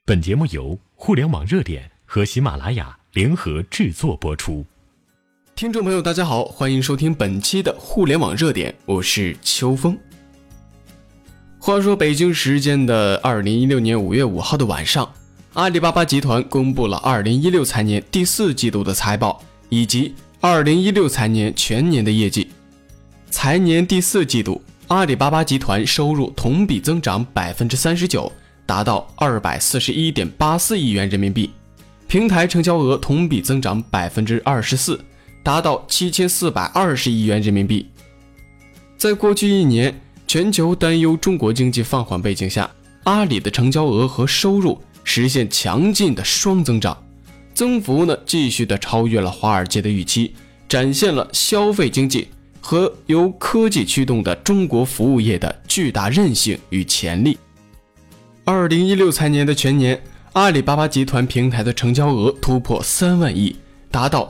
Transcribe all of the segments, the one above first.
本节目由互联网热点和喜马拉雅联合制作播出。 听众朋友大家好，欢迎收听本期的互联网热点，我是秋风。话说北京时间的2016年5月5号的晚上，阿里巴巴集团公布了2016财年第4季度的财报以及2016财年全年的业绩。财年第4季度，阿里巴巴集团收入同比增长 39%， 达到 241.84 亿元人民币，平台成交额同比增长 24%， 达到7420亿元人民币。在过去一年，全球担忧中国经济放缓背景下，阿里的成交额和收入实现强劲的双增长，增幅继续的超越了华尔街的预期，展现了消费经济和由科技驱动的中国服务业的巨大韧性与潜力。2016财年的全年，阿里巴巴集团平台的成交额突破3万亿，达到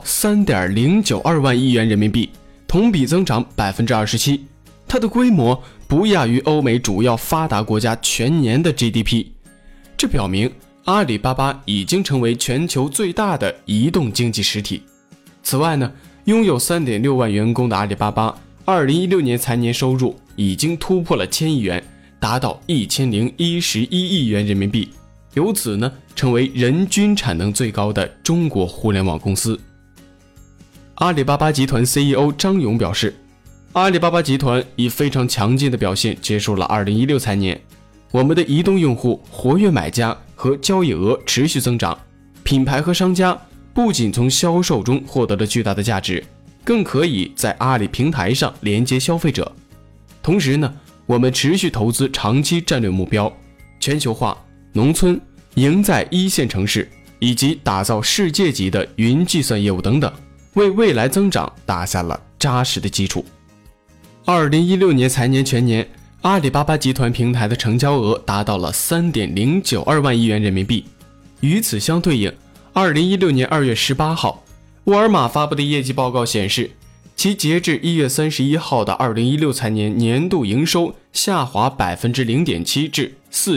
3.092 万亿元人民币，同比增长 27%， 它的规模不亚于欧美主要发达国家全年的 GDP。 这表明阿里巴巴已经成为全球最大的移动经济实体。此外拥有 3.6 万员工的阿里巴巴2016年财年收入已经突破了1000亿元，达到1011亿元人民币，由此成为人均产能最高的中国互联网公司。阿里巴巴集团 CEO 张勇表示，阿里巴巴集团以非常强劲的表现结束了2016财年，我们的移动用户、活跃买家和交易额持续增长，品牌和商家不仅从销售中获得了巨大的价值，更可以在阿里平台上连接消费者。同时我们持续投资长期战略目标，全球化、农村、赢在一线城市以及打造世界级的云计算业务等等，为未来增长打下了扎实的基础。2016年财年全年，阿里巴巴集团平台的成交额达到了 3.092 万亿元人民币。与此相对应，2016年2月18号，沃尔玛发布的业绩报告显示，其截至1月31号的2016财年年度营收下滑 0.7% 至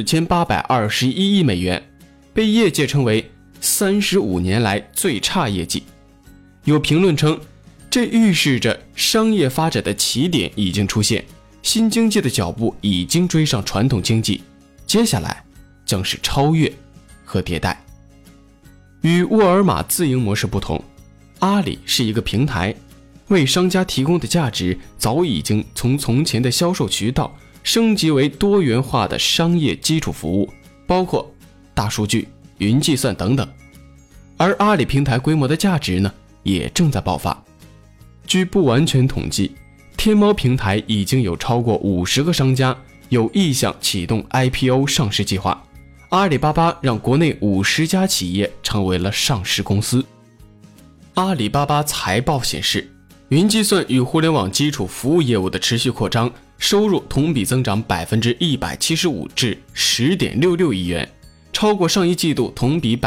4821亿美元，被业界称为35年来最差业绩。有评论称，这预示着商业发展的起点已经出现，新经济的脚步已经追上传统经济，接下来将是超越和迭代。与沃尔玛自营模式不同，阿里是一个平台，为商家提供的价值早已经从前的销售渠道升级为多元化的商业基础服务，包括大数据、云计算等等。而阿里平台规模的价值也正在爆发。据不完全统计，天猫平台已经有超过50个商家有意向启动 IPO 上市计划，阿里巴巴让国内50家企业成为了上市公司。阿里巴巴财报显示，云计算与互联网基础服务业务的持续扩张，收入同比增长 175% 至 10.66 亿元，超过上一季度同比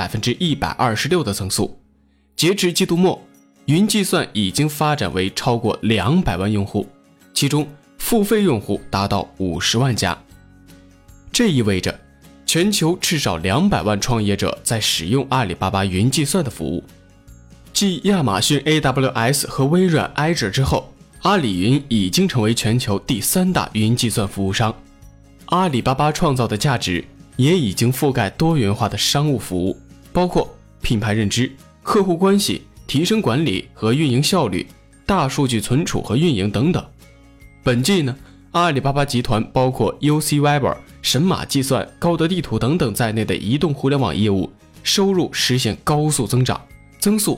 126% 的增速。截至季度末，云计算已经发展为超过200万用户，其中付费用户达到50万家。这意味着全球至少200万创业者在使用阿里巴巴云计算的服务。继亚马逊 AWS 和微软 Azure 之后，阿里云已经成为全球第3大云计算服务商。阿里巴巴创造的价值也已经覆盖多元化的商务服务，包括品牌认知、客户关系、提升管理和运营效率、大数据存储和运营等等。本季阿里巴巴集团包括 UCWeb、神马计算、高德地图等等在内的移动互联网业务收入实现高速增长，增速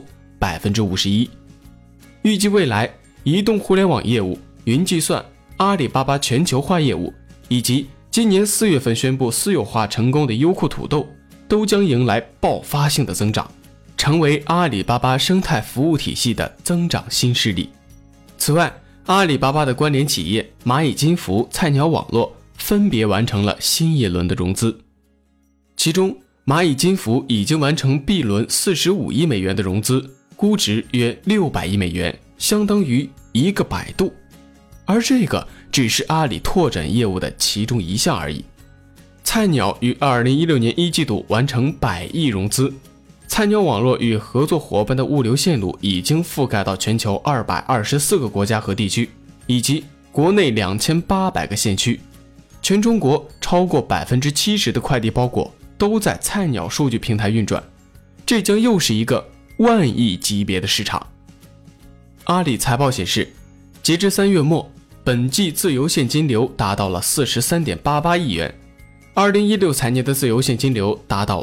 51%。 预计未来移动互联网业务、云计算、阿里巴巴全球化业务以及今年4月份宣布私有化成功的优酷土豆都将迎来爆发性的增长，成为阿里巴巴生态服务体系的增长新势力。此外，阿里巴巴的关联企业蚂蚁金服、菜鸟网络分别完成了新一轮的融资，其中蚂蚁金服已经完成 B 轮45亿美元的融资，估值约600亿美元，相当于一个百度。而这个只是阿里拓展业务的其中一项而已。 菜鸟于2016年一季度完成100亿融资。菜鸟网络与合作伙伴的物流线路已经覆盖到全球224个国家和地区，以及国内2800个县区。全中国超过70%的快递包裹都在菜鸟数据平台运转，这将又是一个万亿级别的市场。阿里财报显示，截至3月末，本季自由现金流达到了 43.88 亿元，2016财年的自由现金流达到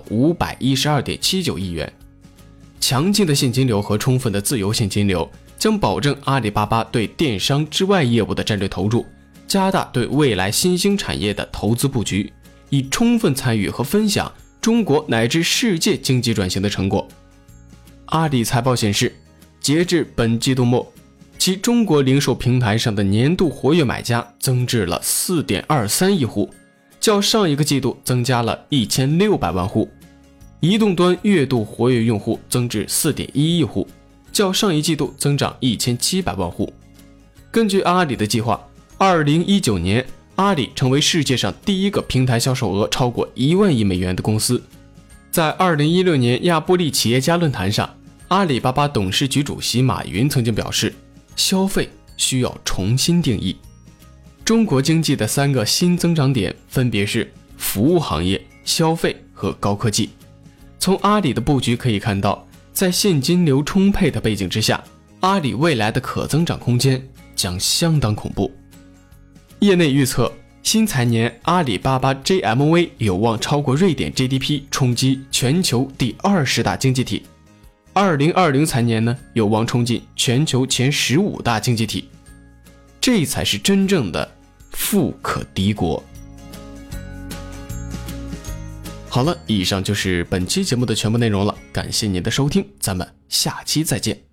512.79 亿元。强劲的现金流和充分的自由现金流将保证阿里巴巴对电商之外业务的战略投入，加大对未来新兴产业的投资布局，以充分参与和分享中国乃至世界经济转型的成果。阿里财报显示，截至本季度末，其中国零售平台上的年度活跃买家增至了 4.23 亿户，较上一个季度增加了1600万户。移动端月度活跃用户增至 4.1 亿户，较上一季度增长1700万户。根据阿里的计划，2019年阿里成为世界上第一个平台销售额超过1万亿美元的公司。在2016年亚布力企业家论坛上，阿里巴巴董事局主席马云曾经表示，消费需要重新定义。中国经济的3个新增长点分别是服务行业、消费和高科技。从阿里的布局可以看到，在现金流充沛的背景之下，阿里未来的可增长空间将相当恐怖。业内预测，新财年阿里巴巴 GMV 有望超过瑞典 GDP， 冲击全球第20大经济体。2020财年呢，有望冲进全球前15大经济体。这才是真正的富可敌国。好了，以上就是本期节目的全部内容了，感谢您的收听，咱们下期再见。